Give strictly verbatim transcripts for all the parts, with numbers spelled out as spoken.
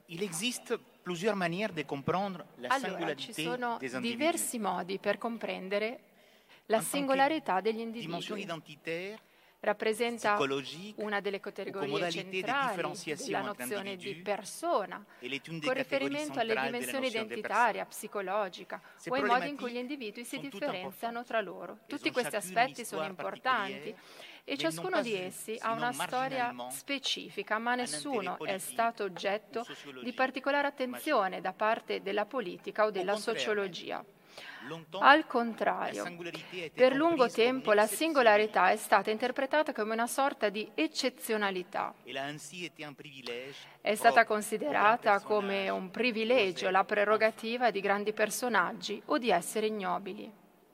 Il existe plusieurs manières de comprendre la Allora, ci singularité sono des individus. diversi modi per comprendere la En tant que singolarità degli dimension individui. identitaire, Rappresenta psychologique una delle ou comme categorie modalité de centrali différenciation della entre nozione di individus, persona, elle est une des con catégories riferimento alle centrales de la dimensioni notion de identitaria, personne. psicologica Ces o ai modi in cui gli problématiques individui si sont toutes differenziano importantes. tra loro. Elles Tutti ont questi chacune aspetti une sono histoire importanti particulière, e mais n'ont ciascuno pas di eu, essi ha sinon una storia marginalement, specifica, ma un intérêt nessuno è politique stato ou oggetto di sociologique particolare majeur. attenzione da parte della politica o Au della contraire, sociologia. longtemps, Al la contrario, singularité a été per lungo comprise comme tempo la exceptionnalité. singolarità è stata interpretata come una sorta di eccezionalità. Elle a ainsi été un privilège È stata propre aux considerata grands come personnages un ou aux privilegio, la êtres prerogativa di grandi personaggi o di esseri ignobili.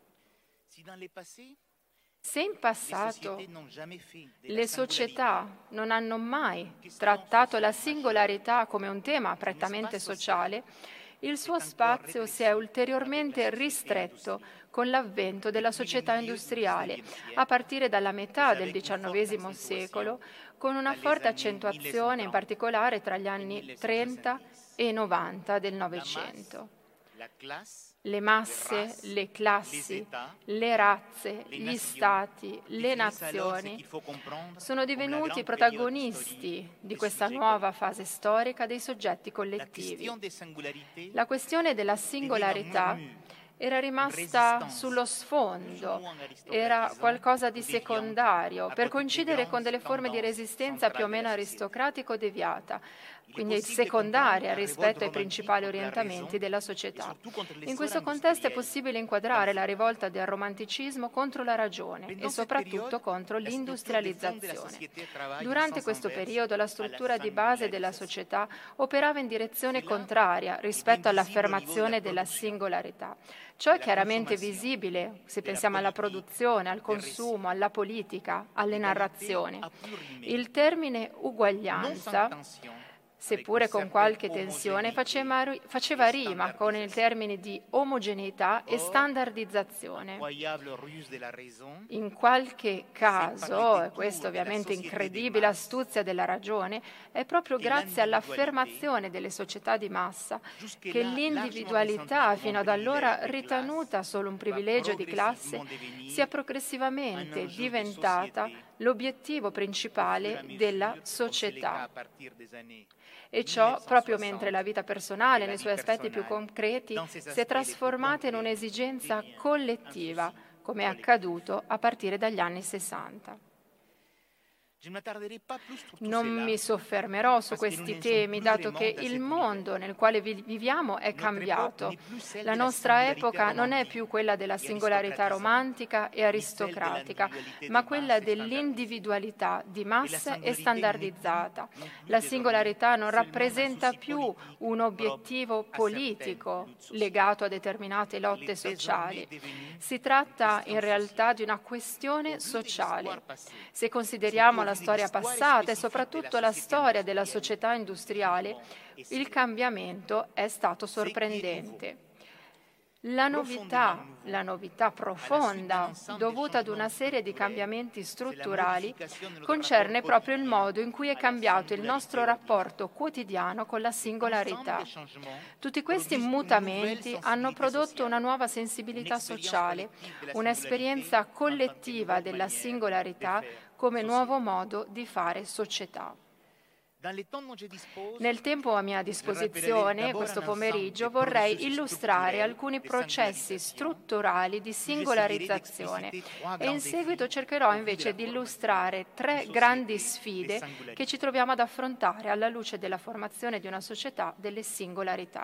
Si dans le passé, Se in les passato sociétés n'ont jamais fait de la le società non hanno mai trattato la singolarità come un tema prettamente sociale, il suo spazio si è ulteriormente ristretto con l'avvento della società industriale, a partire dalla metà del diciannovesimo secolo, con una forte accentuazione in particolare tra gli anni trenta e novanta del Novecento. la classe, Le masse, le classi, le razze, gli stati, le nazioni sono divenuti protagonisti di questa nuova fase storica dei soggetti collettivi. La questione della singolarità era rimasta sullo sfondo, era qualcosa di secondario, per coincidere con delle forme di resistenza più o meno aristocratico-deviata, quindi secondaria rispetto ai principali orientamenti della società. In questo contesto è possibile inquadrare la rivolta del romanticismo contro la ragione e soprattutto contro l'industrializzazione. Durante questo periodo la struttura di base della società operava in direzione contraria rispetto all'affermazione della singolarità. Ciò è chiaramente visibile se pensiamo alla produzione, al consumo, alla politica, alle narrazioni. Il termine uguaglianza, seppure con qualche tensione, faceva, faceva rima con i termini di omogeneità e standardizzazione. In qualche caso, e questo ovviamente incredibile astuzia della ragione, è proprio grazie all'affermazione delle società di massa che l'individualità, fino ad allora ritenuta solo un privilegio di classe, sia progressivamente diventata l'obiettivo principale della società. E ciò proprio mentre la vita personale, nei suoi aspetti più concreti, si è trasformata in un'esigenza collettiva, come è accaduto a partire dagli anni sessanta. Non mi soffermerò su questi temi, dato che il mondo nel quale viviamo è cambiato. La nostra epoca non è più quella della singolarità romantica e aristocratica, ma quella dell'individualità di massa e standardizzata. La singolarità non rappresenta più un obiettivo politico legato a determinate lotte sociali. Si tratta in realtà di una questione sociale. Se consideriamo la la storia passata e soprattutto la storia della società industriale, il cambiamento è stato sorprendente. La novità, la novità profonda, dovuta ad una serie di cambiamenti strutturali, concerne proprio il modo in cui è cambiato il nostro rapporto quotidiano con la singolarità. Tutti questi mutamenti hanno prodotto una nuova sensibilità sociale, un'esperienza collettiva della singolarità come nuovo modo di fare società. Nel tempo a mia disposizione, questo pomeriggio, vorrei illustrare alcuni processi strutturali di singolarizzazione e in seguito cercherò invece di illustrare tre grandi sfide che ci troviamo ad affrontare alla luce della formazione di una società delle singolarità.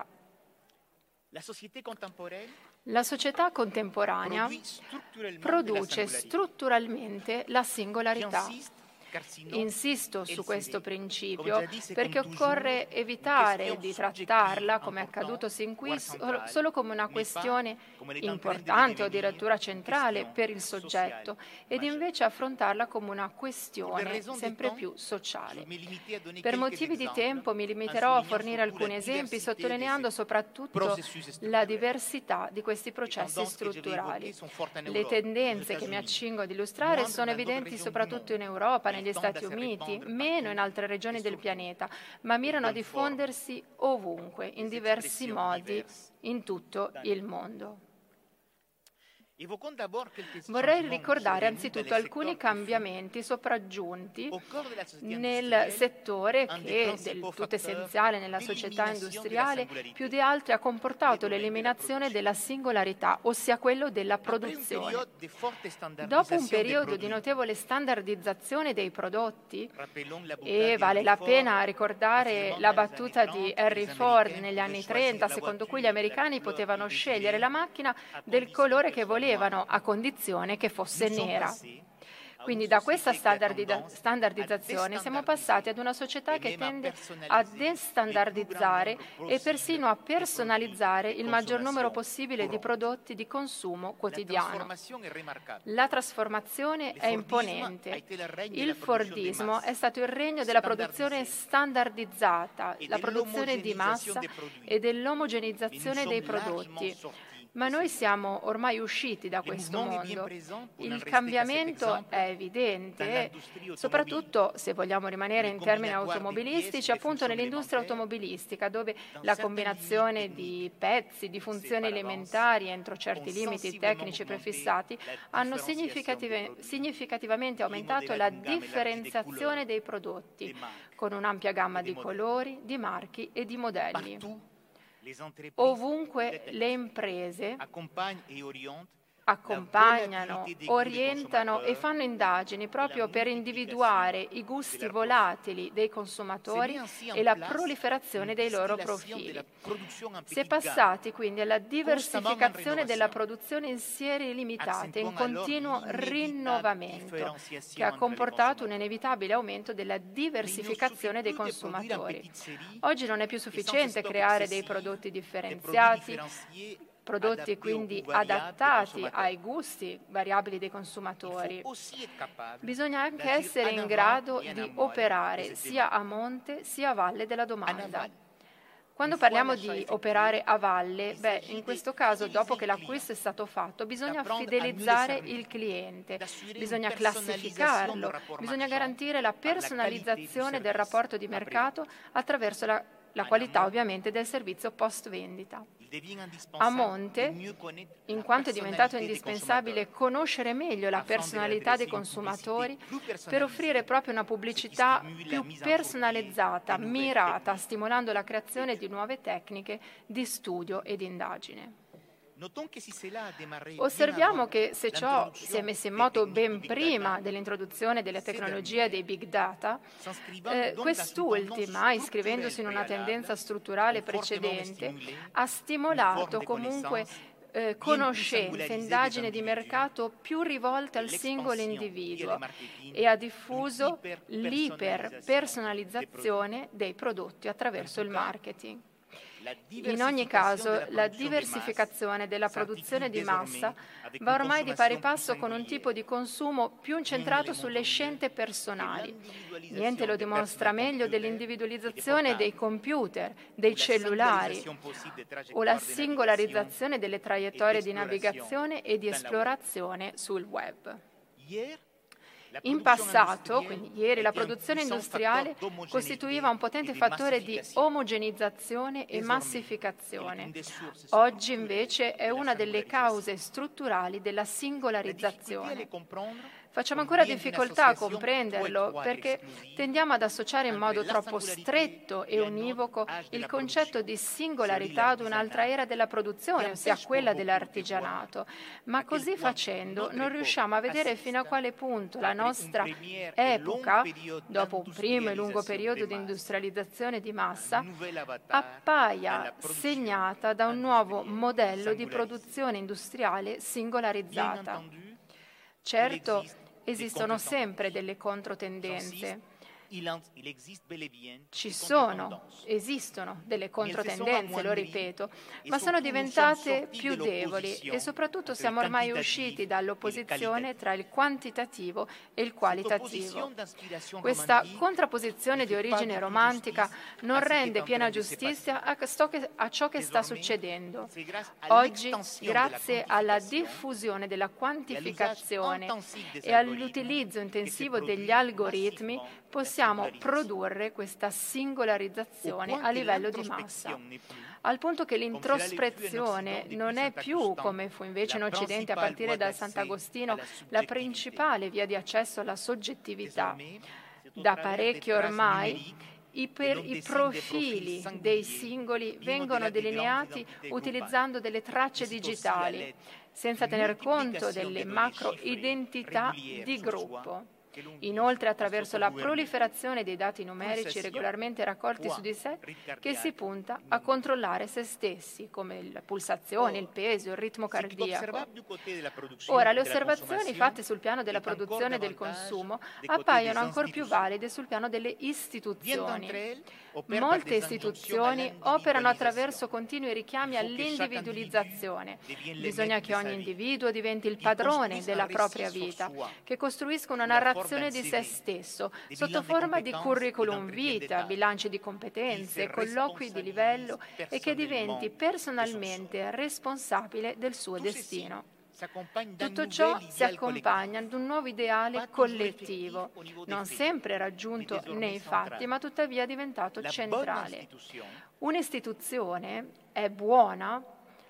La società contemporanea produce strutturalmente la singolarità. Insisto su questo principio perché occorre evitare di trattarla, come è accaduto sin qui, solo come una questione importante o addirittura centrale per il soggetto ed invece affrontarla come una questione sempre più sociale. Per motivi di tempo mi limiterò a fornire alcuni esempi sottolineando soprattutto la diversità di questi processi strutturali. Le tendenze che mi accingo ad illustrare sono evidenti soprattutto in Europa, negli Stati Uniti, meno in altre regioni del pianeta, ma mirano a diffondersi ovunque, in diversi modi, in tutto il mondo. Vorrei ricordare anzitutto alcuni cambiamenti sopraggiunti nel settore che è del tutto essenziale nella società industriale, più di altri ha comportato l'eliminazione della singolarità, ossia quello della produzione. Dopo un periodo di notevole standardizzazione dei prodotti, e vale la pena ricordare la battuta di Henry Ford negli anni trenta, secondo cui gli americani potevano scegliere la macchina del colore che volevano, a condizione che fosse nera. Quindi da questa standardizzazione siamo passati ad una società che tende a destandardizzare e persino a personalizzare il maggior numero possibile di prodotti di consumo quotidiano. La trasformazione è imponente. Il Fordismo è stato il regno della produzione standardizzata, la produzione di massa e dell'omogenizzazione dei prodotti. Ma noi siamo ormai usciti da questo mondo. Il cambiamento è evidente, soprattutto se vogliamo rimanere in termini automobilistici, appunto nell'industria automobilistica, dove la combinazione di pezzi, di funzioni elementari entro certi limiti tecnici prefissati hanno significative, significativamente aumentato la differenziazione dei prodotti, con un'ampia gamma di colori, di marchi e di modelli. Ovunque le imprese accompagnano, orientano e fanno indagini proprio per individuare i gusti volatili dei consumatori e la proliferazione dei loro profili. Si è passati quindi alla diversificazione della produzione in serie limitate, in continuo rinnovamento, che ha comportato un inevitabile aumento della diversificazione dei consumatori. Oggi non è più sufficiente creare dei prodotti differenziati, prodotti quindi adattati ai gusti variabili dei consumatori. Bisogna anche essere in grado di operare sia a monte sia a valle della domanda. Quando parliamo di operare a valle, beh, in questo caso, dopo che l'acquisto è stato fatto, bisogna fidelizzare il cliente, bisogna classificarlo, bisogna garantire la personalizzazione del rapporto di mercato attraverso la, la qualità ovviamente del servizio post vendita. A monte, in quanto è diventato indispensabile conoscere meglio la personalità dei consumatori per offrire proprio una pubblicità più personalizzata, mirata, stimolando la creazione di nuove tecniche di studio e di indagine. Osserviamo che se ciò si è messo in moto ben prima dell'introduzione delle tecnologie dei big data, eh, quest'ultima, iscrivendosi in una tendenza strutturale precedente, ha stimolato comunque eh, conoscenze, indagini di mercato più rivolte al singolo individuo e ha diffuso l'iperpersonalizzazione dei prodotti attraverso il marketing. In ogni caso, la diversificazione della produzione di massa va ormai di pari passo con un tipo di consumo più incentrato sulle scelte personali. Niente lo dimostra meglio dell'individualizzazione dei computer, dei cellulari o la singolarizzazione delle traiettorie di navigazione e di esplorazione sul web. In passato, quindi ieri, la produzione industriale costituiva un potente fattore di omogenizzazione e massificazione. Oggi invece è una delle cause strutturali della singolarizzazione. Facciamo ancora difficoltà a comprenderlo perché tendiamo ad associare in modo troppo stretto e univoco il concetto di singolarità ad un'altra era della produzione, ossia quella dell'artigianato. Ma così facendo non riusciamo a vedere fino a quale punto la nostra epoca, dopo un primo e lungo periodo di industrializzazione di massa, appaia segnata da un nuovo modello di produzione industriale singolarizzata. Certo, esistono sempre delle controtendenze. Ci sono, esistono delle controtendenze, lo ripeto, ma sono diventate più deboli e soprattutto siamo ormai usciti dall'opposizione tra il quantitativo e il qualitativo. Questa contrapposizione di origine romantica non rende piena giustizia a ciò che sta succedendo. Oggi, grazie alla diffusione della quantificazione e all'utilizzo intensivo degli algoritmi, possiamo produrre questa singolarizzazione a livello di massa, al punto che l'introspezione non è più, come fu invece in Occidente a partire da Sant'Agostino, la principale via di accesso alla soggettività. Da parecchio ormai I, per, I profili dei singoli vengono delineati utilizzando delle tracce digitali, senza tener conto delle macro-identità di gruppo. Inoltre, attraverso la proliferazione dei dati numerici regolarmente raccolti su di sé, che si punta a controllare se stessi, come le pulsazioni, il peso, il ritmo cardiaco. Ora, le osservazioni fatte sul piano della produzione e del consumo appaiono ancor più valide sul piano delle istituzioni. Molte istituzioni operano attraverso continui richiami all'individualizzazione. Bisogna che ogni individuo diventi il padrone della propria vita, che costruisca una narrazione di se stesso, sotto forma di curriculum vita, bilanci di competenze, colloqui di livello e che diventi personalmente responsabile del suo destino. Tutto ciò si accompagna ad un nuovo ideale collettivo, non sempre raggiunto nei fatti, ma tuttavia diventato centrale. Un'istituzione è buona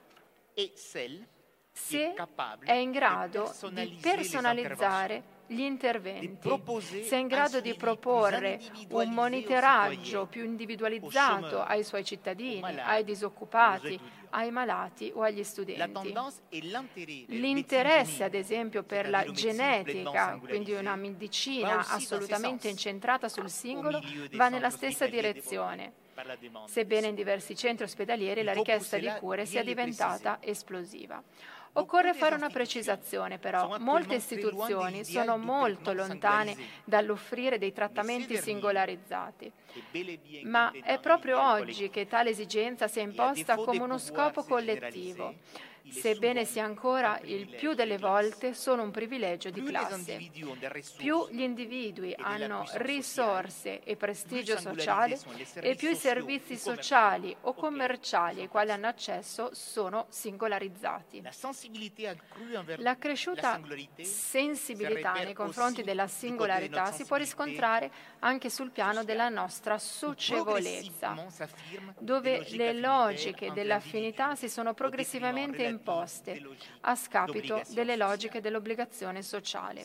se è in grado di personalizzare gli interventi, se è in grado di proporre un monitoraggio più individualizzato ai suoi cittadini, ai disoccupati, ai malati o agli studenti. L'interesse, ad esempio, per la genetica, quindi una medicina assolutamente incentrata sul singolo, va nella stessa direzione, sebbene in diversi centri ospedalieri la richiesta di cure sia diventata esplosiva. Occorre fare una precisazione, però. Molte istituzioni sono molto lontane dall'offrire dei trattamenti singolarizzati. Ma è proprio oggi che tale esigenza si è imposta come uno scopo collettivo, sebbene sia ancora il più delle volte solo un privilegio di classe. Più gli individui hanno risorse e prestigio sociale e più i servizi sociali o commerciali ai quali hanno accesso sono singolarizzati. La cresciuta sensibilità nei confronti della singolarità si può riscontrare anche sul piano della nostra socievolezza, dove le logiche dell'affinità si sono progressivamente imposte a scapito delle logiche dell'obbligazione sociale.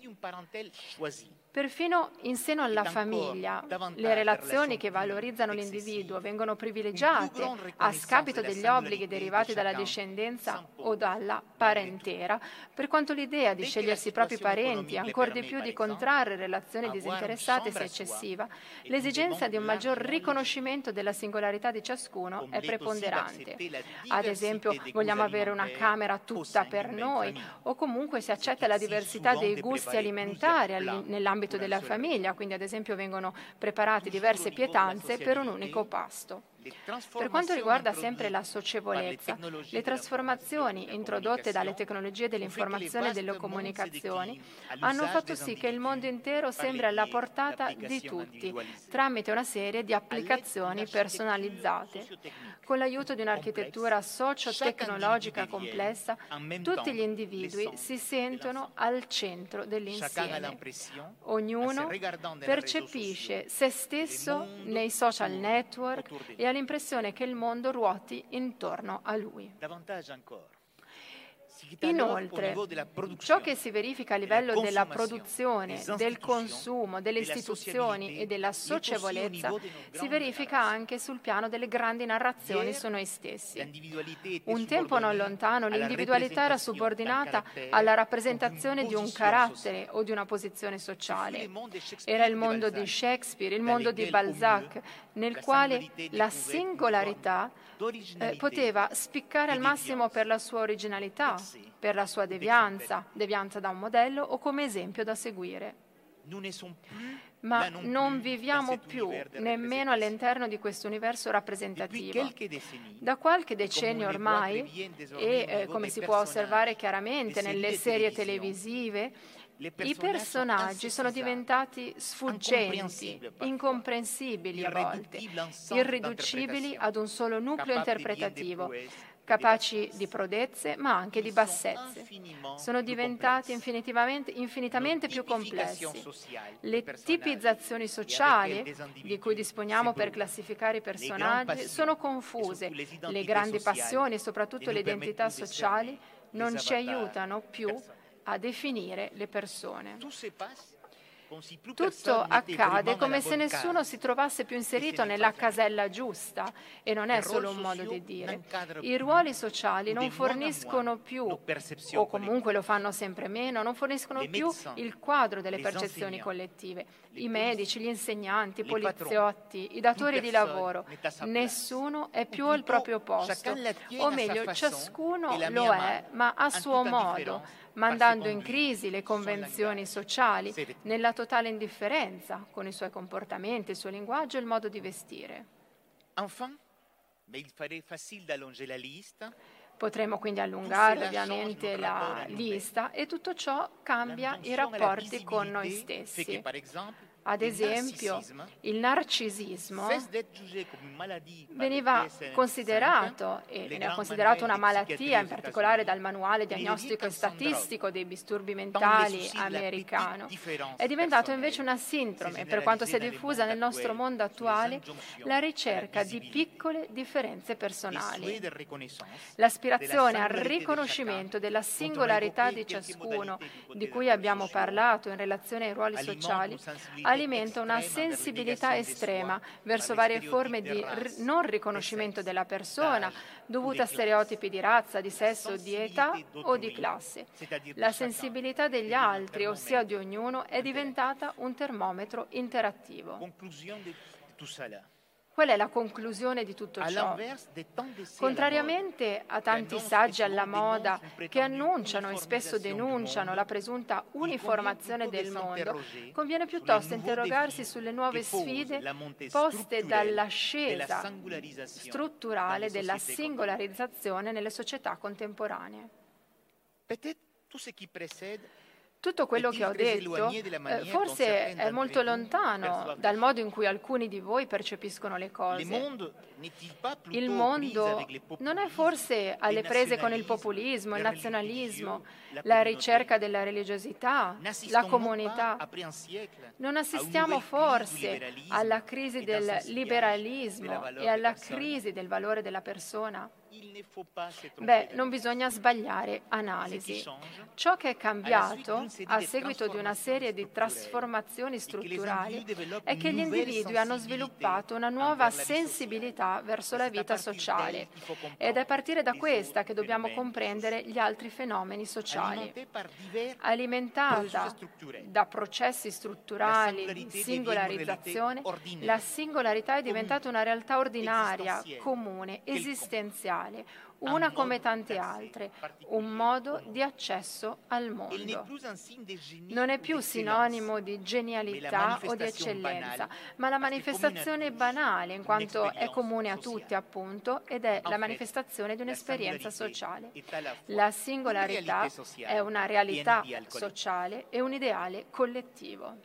Perfino in seno alla famiglia, le relazioni che valorizzano l'individuo vengono privilegiate a scapito degli obblighi derivati dalla discendenza o dalla parentela, per quanto l'idea di scegliersi i propri parenti e ancor di più di contrarre relazioni disinteressate sia eccessiva, l'esigenza di un maggior riconoscimento della singolarità di ciascuno è preponderante. Ad esempio, vogliamo avere una camera tutta per noi, o comunque si accetta la diversità dei gusti alimentari nell'ambito della famiglia, quindi ad esempio vengono preparate diverse pietanze per un unico pasto. Per quanto riguarda sempre la socievolezza, le trasformazioni introdotte dalle tecnologie dell'informazione e delle comunicazioni hanno fatto sì che il mondo intero sembri alla portata di tutti, tramite una serie di applicazioni personalizzate. Con l'aiuto di un'architettura socio-tecnologica complessa, tutti gli individui si sentono al centro dell'insieme. Ognuno percepisce se stesso nei social network e ha l'impressione che il mondo ruoti intorno a lui. Inoltre, ciò che si verifica a livello della produzione, del consumo, delle istituzioni e della socievolezza si verifica anche sul piano delle grandi narrazioni su noi stessi. Un tempo non lontano l'individualità era subordinata alla rappresentazione di un carattere o di una posizione sociale. Era il mondo di Shakespeare, il mondo di Balzac, nel quale la singolarità eh, poteva spiccare al massimo per la sua originalità, per la sua devianza, devianza da un modello o come esempio da seguire. ma non viviamo più nemmeno all'interno di questo universo rappresentativo. Da qualche decennio ormai, e eh, come si può osservare chiaramente nelle serie televisive, i personaggi sono diventati sfuggenti, incomprensibili a volte, irriducibili ad un solo nucleo interpretativo, capaci di prodezze ma anche di bassezze. Sono diventati infinitivamente, infinitamente più complessi. Le tipizzazioni sociali di cui disponiamo per classificare i personaggi sono confuse. Le grandi passioni e soprattutto le identità sociali non ci aiutano più a definire le persone. Tutto accade come se nessuno si trovasse più inserito nella casella giusta, e non è solo un modo di dire. I ruoli sociali non forniscono più, o comunque lo fanno sempre meno, non forniscono più il quadro delle percezioni collettive. I medici, gli insegnanti, i poliziotti, i datori di lavoro, nessuno è più al proprio posto, o meglio, ciascuno lo è, ma a suo modo, mandando in crisi le convenzioni sociali nella totale indifferenza con i suoi comportamenti, il suo linguaggio e il modo di vestire. Potremmo quindi allungare ovviamente la lista, e tutto ciò cambia i rapporti con noi stessi. Ad esempio, il narcisismo veniva considerato, e veniva considerato una malattia, in particolare dal manuale diagnostico e statistico dei disturbi mentali americano. È diventato invece una sindrome, per quanto sia diffusa nel nostro mondo attuale, la ricerca di piccole differenze personali. L'aspirazione al riconoscimento della singolarità di ciascuno, di cui abbiamo parlato in relazione ai ruoli sociali, alimenta una sensibilità estrema verso varie forme di r- non riconoscimento della persona dovute a stereotipi di razza, di sesso, di età o di classe. La sensibilità degli altri, ossia di ognuno, è diventata un termometro interattivo. Qual è la conclusione di tutto ciò? Contrariamente a tanti saggi alla moda che annunciano e spesso denunciano la presunta uniformazione del mondo, conviene piuttosto interrogarsi sulle nuove sfide poste dall'ascesa strutturale della singolarizzazione nelle società contemporanee. Tutto quello che ho detto eh, forse è molto lontano dal modo in cui alcuni di voi percepiscono le cose. Il mondo non è forse alle prese con il populismo, il nazionalismo, la ricerca della religiosità, la comunità. Non assistiamo forse alla crisi del liberalismo e alla crisi del valore della persona? Beh, non bisogna sbagliare analisi. Ciò che è cambiato a seguito di una serie di trasformazioni strutturali è che gli individui hanno sviluppato una nuova sensibilità verso la vita sociale, ed è a partire da questa che dobbiamo comprendere gli altri fenomeni sociali. Alimentata da processi strutturali di singolarizzazione, la singolarità è diventata una realtà ordinaria, comune, esistenziale, una come tante altre, un modo di accesso al mondo. Non è più sinonimo di genialità o di eccellenza, ma la manifestazione banale, in quanto è comune a tutti, appunto, ed è la manifestazione di un'esperienza sociale. La singolarità è una realtà sociale e un ideale collettivo.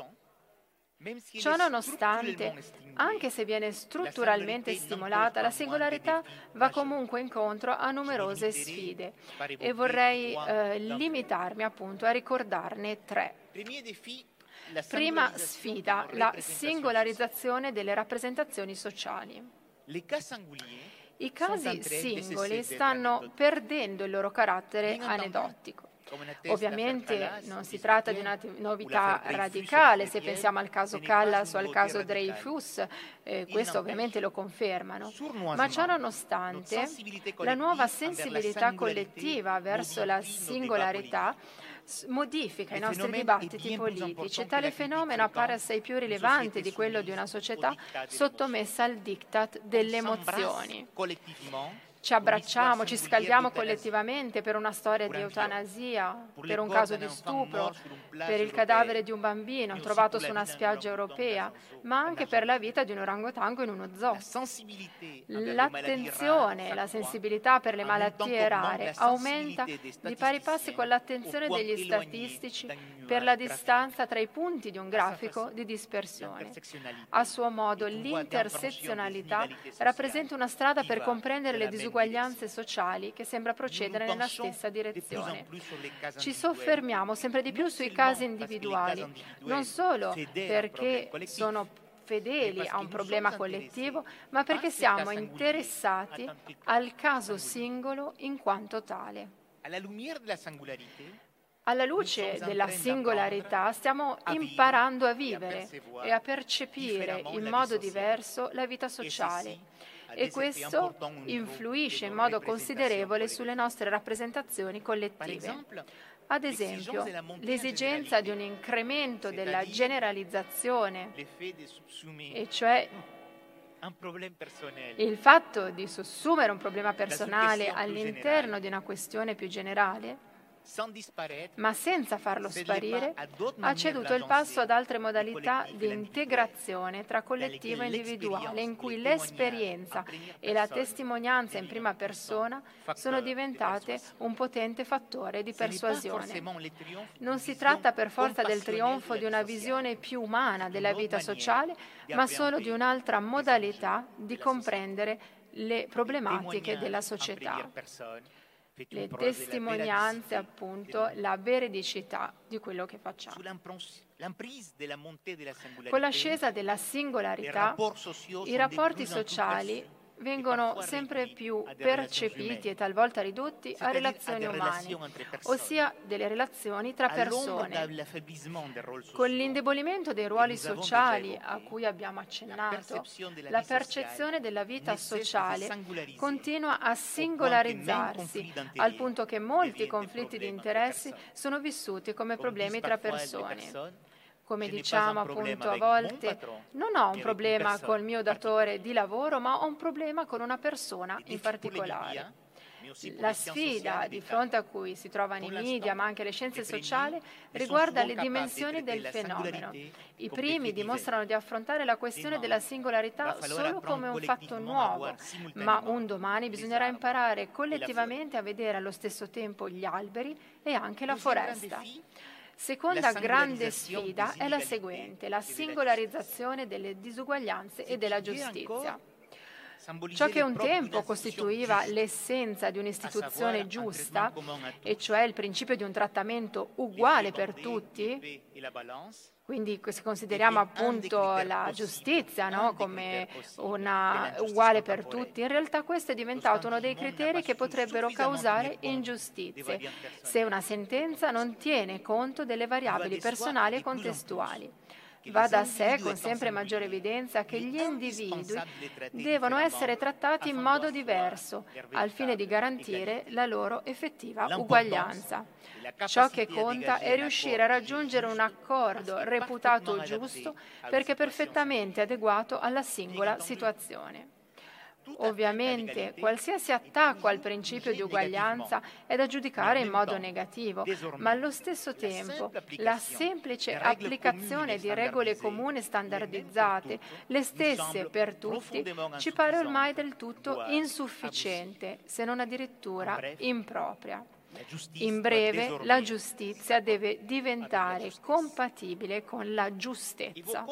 Ciò nonostante, anche se viene strutturalmente stimolata, la singolarità va comunque incontro a numerose sfide, e vorrei eh, limitarmi appunto a ricordarne tre. Prima sfida, la singolarizzazione delle rappresentazioni sociali. I casi singoli stanno perdendo il loro carattere aneddotico. Ovviamente non si tratta di una novità radicale, se pensiamo al caso Callas o al caso Dreyfus, eh, questo ovviamente lo confermano, ma ciò nonostante la nuova sensibilità collettiva verso la singolarità modifica i nostri dibattiti politici. Tale fenomeno appare assai più rilevante di quello di una società sottomessa al diktat delle emozioni. ci abbracciamo, ci scaldiamo collettivamente per una storia di eutanasia, per un caso di stupro, per il cadavere di un bambino trovato su una spiaggia europea, ma anche per la vita di un orangotango in uno zoo. L'attenzione e la sensibilità per le malattie rare aumenta di pari passi con l'attenzione degli statistici per la distanza tra i punti di un grafico di dispersione. A suo modo, l'intersezionalità rappresenta una strada per comprendere le disuguaglianze sociali che sembra procedere nella stessa direzione. Ci soffermiamo sempre di più sui casi individuali, non solo perché sono fedeli a un problema collettivo, ma perché siamo interessati al caso singolo in quanto tale. Alla luce della singolarità stiamo imparando a vivere e a percepire in modo diverso la vita sociale. E questo influisce in modo considerevole sulle nostre rappresentazioni collettive. Ad esempio, l'esigenza di un incremento della generalizzazione, e cioè il fatto di sussumere un problema personale all'interno di una questione più generale, ma senza farlo sparire, ha ceduto il passo ad altre modalità di integrazione tra collettivo e individuale, in cui l'esperienza e la testimonianza in prima persona sono diventate un potente fattore di persuasione. Non si tratta per forza del trionfo di una visione più umana della vita sociale, ma solo di un'altra modalità di comprendere le problematiche della società. Le testimonianze, appunto, la veridicità di quello che facciamo. Con l'ascesa della singolarità, i rapporti sociali vengono sempre più percepiti e talvolta ridotti a relazioni umane, ossia delle relazioni tra persone. Con l'indebolimento dei ruoli sociali a cui abbiamo accennato, la percezione della vita sociale continua a singolarizzarsi, al punto che molti conflitti di interessi sono vissuti come problemi tra persone. Come diciamo appunto a volte, non ho un problema col mio datore di lavoro, ma ho un problema con una persona in particolare. La sfida di fronte a cui si trovano i media, ma anche le scienze sociali, riguarda le dimensioni del fenomeno. I primi dimostrano di affrontare la questione della singolarità solo come un fatto nuovo, ma un domani bisognerà imparare collettivamente a vedere allo stesso tempo gli alberi e anche la foresta. Seconda grande sfida è la seguente, la singolarizzazione delle disuguaglianze e della giustizia. Ciò che un tempo costituiva l'essenza di un'istituzione giusta, e cioè il principio di un trattamento uguale per tutti, quindi se consideriamo appunto la giustizia, no, come una uguale per tutti, in realtà questo è diventato uno dei criteri che potrebbero causare ingiustizie, se una sentenza non tiene conto delle variabili personali e contestuali. Va da sé con sempre maggiore evidenza che gli individui devono essere trattati in modo diverso al fine di garantire la loro effettiva uguaglianza. Ciò che conta è riuscire a raggiungere un accordo reputato giusto perché perfettamente adeguato alla singola situazione. Ovviamente, qualsiasi attacco al principio di uguaglianza è da giudicare in modo negativo, ma allo stesso tempo la semplice applicazione di regole comuni standardizzate, le stesse per tutti, ci pare ormai del tutto insufficiente, se non addirittura impropria. In breve, la giustizia deve diventare compatibile con la giustezza.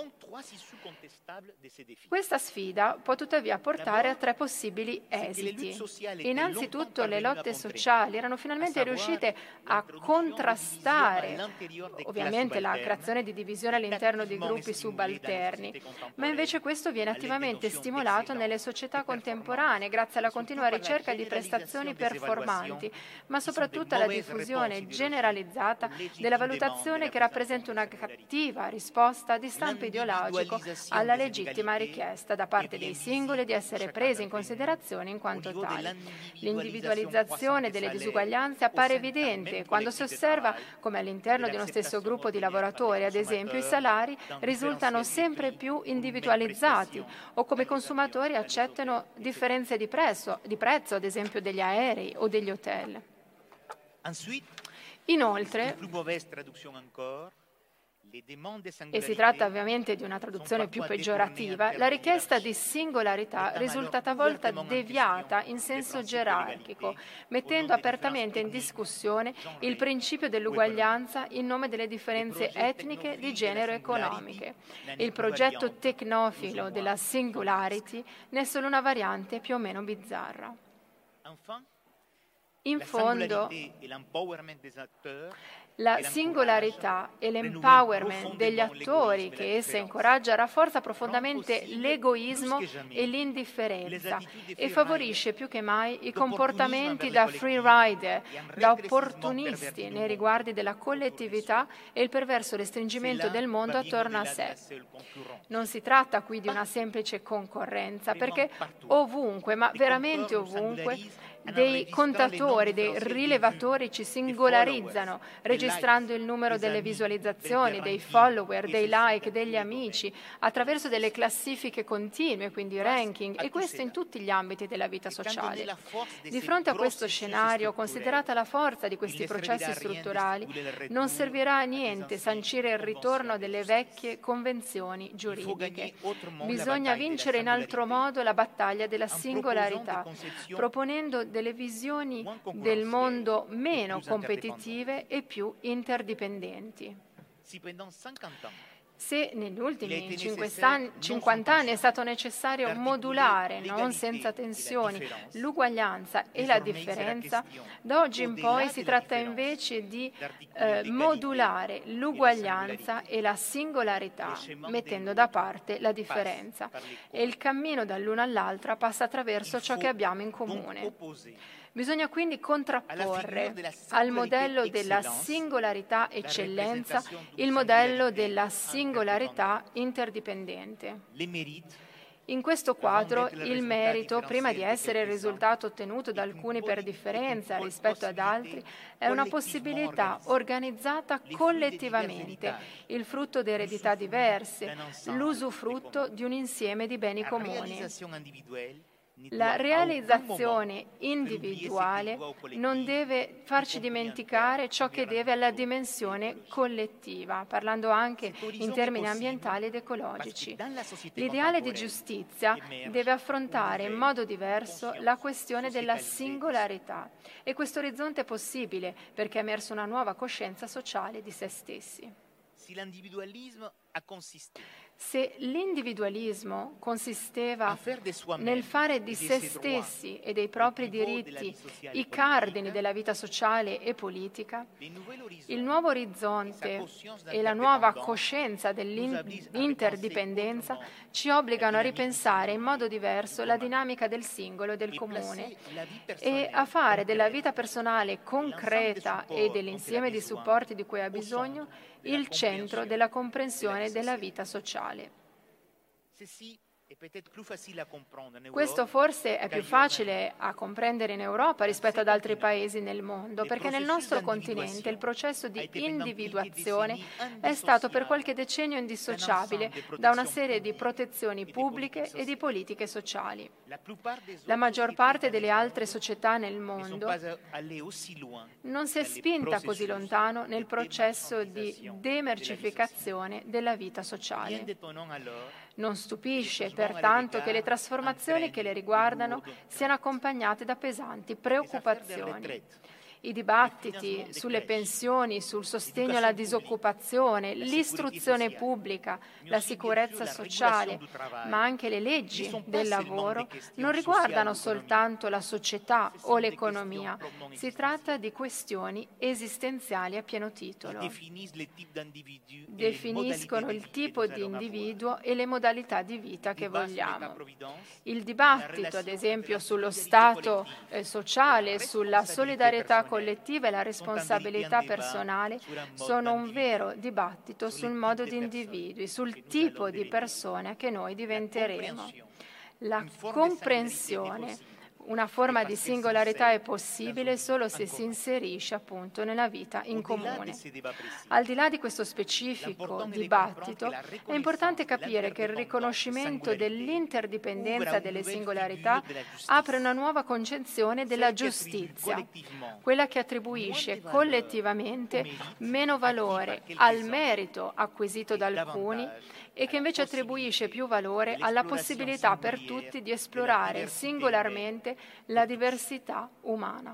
Questa sfida può tuttavia portare a tre possibili esiti. Innanzitutto, le lotte sociali erano finalmente riuscite a contrastare, ovviamente, la creazione di divisione all'interno di gruppi subalterni, ma invece questo viene attivamente stimolato nelle società contemporanee grazie alla continua ricerca di prestazioni performanti, ma soprattutto tutta la diffusione generalizzata della valutazione che rappresenta una cattiva risposta di stampo ideologico alla legittima richiesta da parte dei singoli di essere presi in considerazione in quanto tali. L'individualizzazione delle disuguaglianze appare evidente quando si osserva come all'interno di uno stesso gruppo di lavoratori, ad esempio, i salari risultano sempre più individualizzati o come i consumatori accettano differenze di prezzo, di prezzo, ad esempio degli aerei o degli hotel. Inoltre, e si tratta ovviamente di una traduzione più peggiorativa, la richiesta di singolarità risulta talvolta deviata in senso gerarchico, mettendo apertamente in discussione il principio dell'uguaglianza in nome delle differenze etniche, di genere e economiche. Il progetto tecnofilo della singularity ne è solo una variante più o meno bizzarra. In fondo, la singolarità e l'empowerment degli attori che essa incoraggia rafforza profondamente l'egoismo e l'indifferenza e favorisce più che mai i comportamenti da free rider, da opportunisti nei riguardi della collettività e il perverso restringimento del mondo attorno a sé. Non si tratta qui di una semplice concorrenza, perché ovunque, ma veramente ovunque, dei contatori, dei rilevatori ci singolarizzano, registrando il numero delle visualizzazioni, dei follower, dei like, degli amici, attraverso delle classifiche continue, quindi ranking, e questo in tutti gli ambiti della vita sociale. Di fronte a questo scenario, considerata la forza di questi processi strutturali, non servirà a niente sancire il ritorno delle vecchie convenzioni giuridiche. Bisogna vincere in altro modo la battaglia della singolarità, proponendo delle visioni del mondo meno competitive e più interdipendenti. Se negli ultimi cinquanta anni è stato necessario modulare, non senza tensioni, l'uguaglianza e la differenza, da oggi in poi si tratta invece di eh, modulare l'uguaglianza e la singolarità, mettendo da parte la differenza. E il cammino dall'una all'altra passa attraverso ciò che abbiamo in comune. Bisogna quindi contrapporre al modello della singolarità eccellenza il modello della singolarità interdipendente. In questo quadro il merito, prima di essere il risultato ottenuto da alcuni per differenza rispetto ad altri, è una possibilità organizzata collettivamente, il frutto di eredità diverse, l'usufrutto di un insieme di beni comuni. La realizzazione individuale non deve farci dimenticare ciò che deve alla dimensione collettiva, parlando anche in termini ambientali ed ecologici. L'ideale di giustizia deve affrontare in modo diverso la questione della singolarità e questo orizzonte è possibile perché è emersa una nuova coscienza sociale di se stessi. Se l'individualismo consisteva nel fare di se stessi e dei propri diritti i cardini della vita sociale e politica, il nuovo orizzonte e la nuova coscienza dell'interdipendenza ci obbligano a ripensare in modo diverso la dinamica del singolo e del comune e a fare della vita personale concreta e dell'insieme di supporti di cui ha bisogno il centro della comprensione della vita sociale. Questo forse è più facile a comprendere in Europa rispetto ad altri paesi nel mondo, perché nel nostro continente il processo di individuazione è stato per qualche decennio indissociabile da una serie di protezioni pubbliche e di politiche sociali. La maggior parte delle altre società nel mondo non si è spinta così lontano nel processo di demercificazione della vita sociale. Non stupisce, pertanto, che le trasformazioni che le riguardano siano accompagnate da pesanti preoccupazioni. I dibattiti sulle pensioni, sul sostegno alla disoccupazione, l'istruzione pubblica, la sicurezza sociale, ma anche le leggi del lavoro non riguardano soltanto la società o l'economia. Si tratta di questioni esistenziali a pieno titolo. Definiscono il tipo di individuo e le modalità di vita che vogliamo. Il dibattito, ad esempio, sullo stato eh, sociale, sulla solidarietà collettiva e la responsabilità personale sono un vero dibattito sul modo di individui, sul tipo di persone che noi diventeremo. La comprensione, una forma di singolarità è possibile solo se si inserisce appunto nella vita in comune. Al di là di questo specifico dibattito, è importante capire che il riconoscimento dell'interdipendenza delle singolarità apre una nuova concezione della giustizia, quella che attribuisce collettivamente meno valore al merito acquisito da alcuni e che invece attribuisce più valore alla possibilità per tutti di esplorare singolarmente la diversità umana.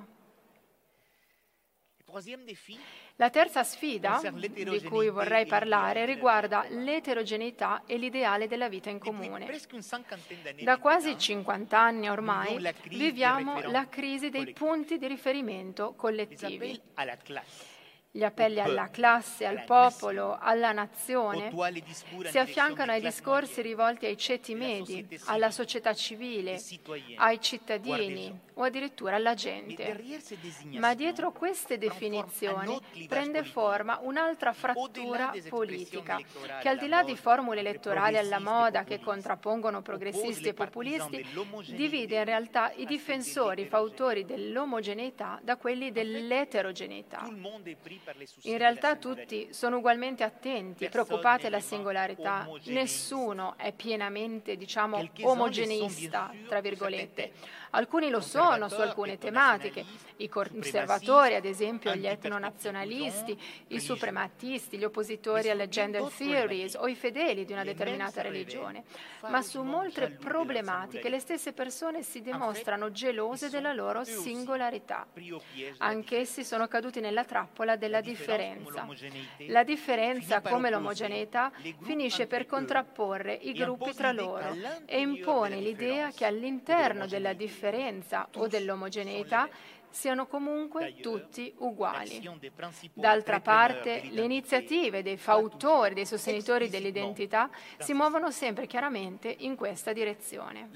La terza sfida di cui vorrei parlare riguarda l'eterogeneità e l'ideale della vita in comune. Da quasi cinquanta anni ormai viviamo la crisi dei punti di riferimento collettivi. Gli appelli alla classe, al popolo, alla nazione si affiancano ai discorsi rivolti ai ceti medi, alla società civile, ai cittadini o addirittura alla gente. Ma dietro queste definizioni prende forma un'altra frattura politica che, al di là di formule elettorali alla moda che contrappongono progressisti e populisti, divide in realtà i difensori, i fautori dell'omogeneità da quelli dell'eterogeneità. In realtà tutti sono ugualmente attenti, preoccupati alla singolarità. Nessuno è pienamente, diciamo, omogeneista, tra virgolette. Alcuni lo sono su alcune tematiche, i conservatori, ad esempio gli etnonazionalisti, i suprematisti, gli oppositori alle gender theories o i fedeli di una determinata religione. Ma su molte problematiche le stesse persone si dimostrano gelose della loro singolarità. Anch'essi sono caduti nella trappola della differenza. La differenza, come l'omogeneità, finisce per contrapporre i gruppi tra loro e impone l'idea che all'interno della differenza o dell'omogeneità siano comunque tutti uguali. D'altra parte, le iniziative dei fautori, dei sostenitori dell'identità si muovono sempre chiaramente in questa direzione.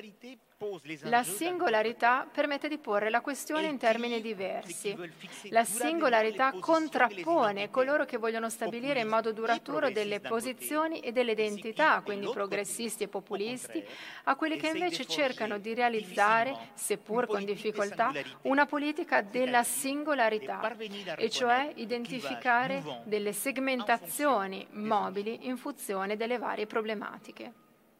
La singolarità permette di porre la questione in termini diversi. La singolarità contrappone coloro che vogliono stabilire in modo duraturo delle posizioni e delle identità, quindi progressisti e populisti, a quelli che invece cercano di realizzare, seppur con difficoltà, una politica della singolarità, e cioè identificare delle segmentazioni mobili in funzione delle varie problematiche.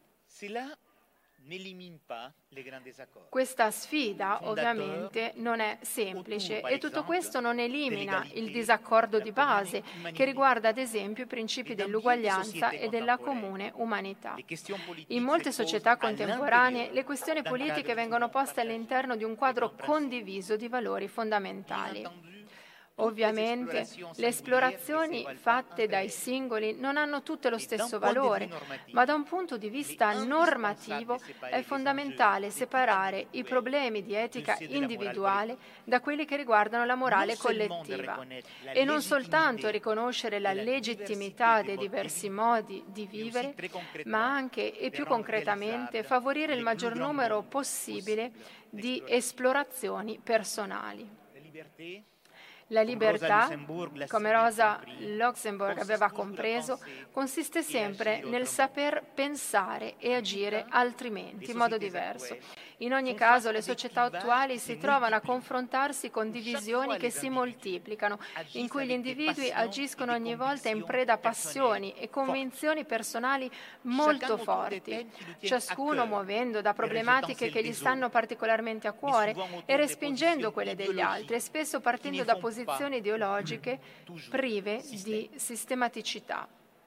Questa sfida ovviamente non è semplice e tutto questo non elimina il disaccordo di base che riguarda ad esempio i principi dell'uguaglianza e della comune umanità. In molte società contemporanee le questioni politiche vengono poste all'interno di un quadro condiviso di valori fondamentali. Ovviamente le esplorazioni fatte dai singoli non hanno tutte lo stesso valore, ma da un punto di vista normativo è fondamentale separare i problemi di etica individuale da quelli che riguardano la morale collettiva e non soltanto riconoscere la legittimità dei diversi modi di vivere, ma anche e più concretamente favorire il maggior numero possibile di esplorazioni personali. La libertà, come Rosa Luxemburg aveva compreso, consiste sempre nel saper pensare e agire altrimenti, in modo diverso. In ogni caso, le società attuali si trovano a confrontarsi con divisioni che si moltiplicano, in cui gli individui agiscono ogni volta in preda a passioni e convinzioni personali molto forti, ciascuno muovendo da problematiche che gli stanno particolarmente a cuore e respingendo quelle degli altri, e spesso partendo da posizioni ideologiche prive di sistematicità.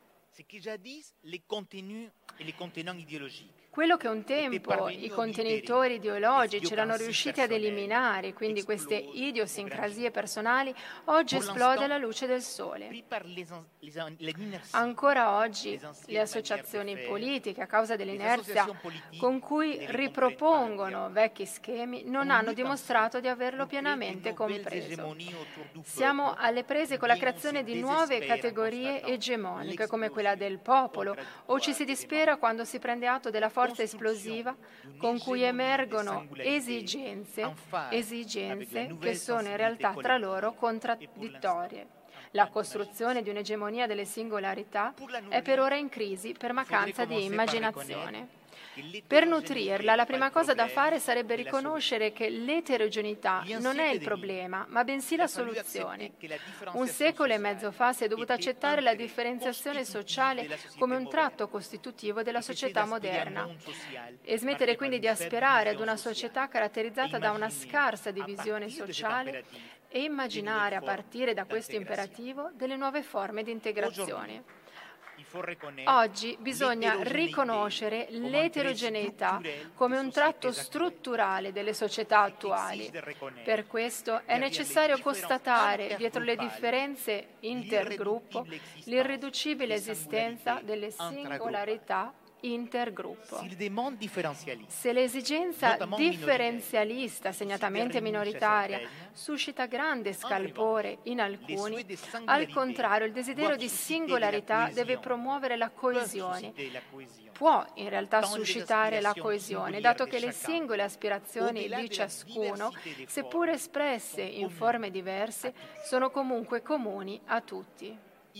Quello che un tempo i contenitori ideologici erano riusciti ad eliminare, quindi queste idiosincrasie personali, oggi esplode alla luce del sole. Ancora oggi le associazioni politiche, a causa dell'inerzia con cui ripropongono vecchi schemi, non hanno dimostrato di averlo pienamente compreso. Siamo alle prese con la creazione di nuove categorie egemoniche, come quella del popolo, o ci si dispera quando si prende atto della forza forza esplosiva con cui emergono esigenze, esigenze che sono in realtà tra loro contraddittorie. La costruzione di un'egemonia delle singolarità è per ora in crisi per mancanza di immaginazione. Per nutrirla, la prima cosa da fare sarebbe riconoscere che l'eterogeneità non è il problema, ma bensì la soluzione. Un secolo e mezzo fa si è dovuto accettare la differenziazione sociale come un tratto costitutivo della società moderna e smettere quindi di aspirare ad una società caratterizzata da una scarsa divisione sociale e immaginare a partire da questo imperativo delle nuove forme di integrazione. Oggi bisogna riconoscere l'eterogeneità come un tratto strutturale delle società attuali. Per questo è necessario constatare, dietro le differenze intergruppo, l'irriducibile esistenza delle singolarità intergruppo. Se l'esigenza differenzialista, segnatamente minoritaria, suscita grande scalpore in alcuni, al contrario il desiderio di singolarità deve promuovere la coesione. Può in realtà suscitare la coesione, dato che le singole aspirazioni di ciascuno, seppur espresse in forme diverse, sono comunque comuni a tutti.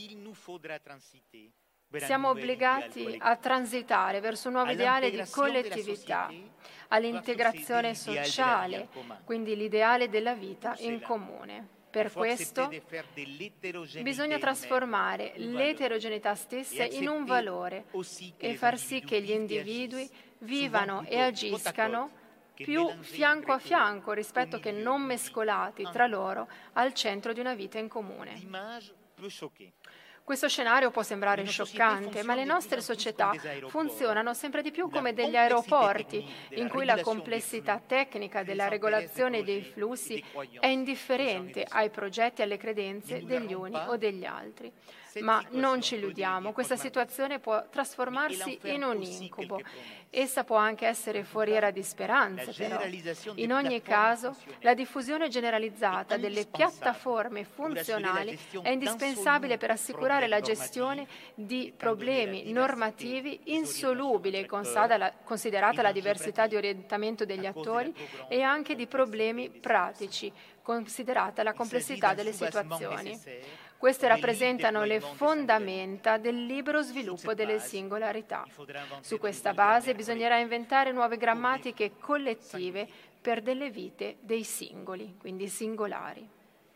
Siamo obbligati a transitare verso un nuovo ideale di collettività, all'integrazione sociale, quindi l'ideale della vita in comune. Per questo bisogna trasformare l'eterogeneità stessa in un valore e far sì che gli individui vivano e agiscano più fianco a fianco rispetto che non mescolati tra loro al centro di una vita in comune. Questo scenario può sembrare scioccante, ma le nostre società funzionano sempre di più come degli aeroporti, in cui la complessità tecnica della regolazione dei flussi è indifferente ai progetti e alle credenze degli uni o degli altri. Ma non ci illudiamo, questa situazione può trasformarsi in un incubo. Essa può anche essere foriera di speranze, però. In ogni caso, la diffusione generalizzata delle piattaforme funzionali è indispensabile per assicurare la gestione di problemi normativi insolubili, considerata la diversità di orientamento degli attori, e anche di problemi pratici, considerata la complessità delle situazioni. Queste rappresentano le fondamenta del libero sviluppo delle singolarità. Su questa base bisognerà inventare nuove grammatiche collettive per delle vite dei singoli, quindi singolari.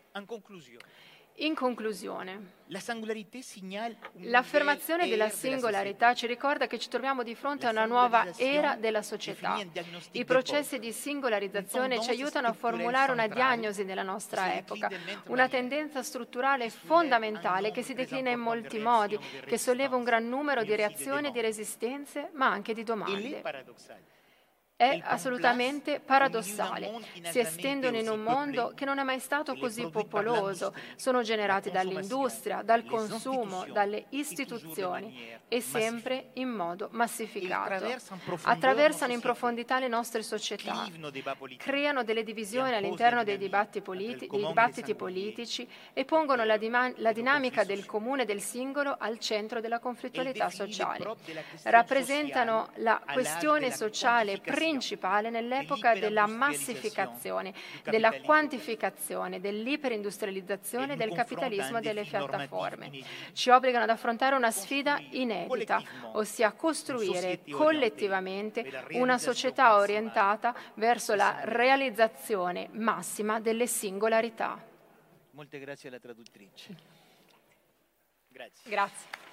In conclusione, l'affermazione della singolarità ci ricorda che ci troviamo di fronte a una nuova era della società. I processi di singolarizzazione ci aiutano a formulare una diagnosi della nostra epoca, una tendenza strutturale fondamentale che si declina in molti modi, che solleva un gran numero di reazioni e di resistenze, ma anche di domande. È assolutamente paradossale. Si estendono in un mondo che non è mai stato così popoloso, sono generati dall'industria, dal consumo, dalle istituzioni e sempre in modo massificato. Attraversano in profondità le nostre società, creano delle divisioni all'interno dei dibattiti, politi- dei dibattiti politici e pongono la, dima- la dinamica del comune e del singolo al centro della conflittualità sociale. Rappresentano la questione sociale principale nell'epoca della massificazione, della quantificazione, dell'iperindustrializzazione e del capitalismo delle piattaforme. Ci obbligano ad affrontare una sfida inedita, ossia costruire collettivamente una società orientata verso la realizzazione massima delle singolarità. Molte grazie alla traduttrice. Grazie.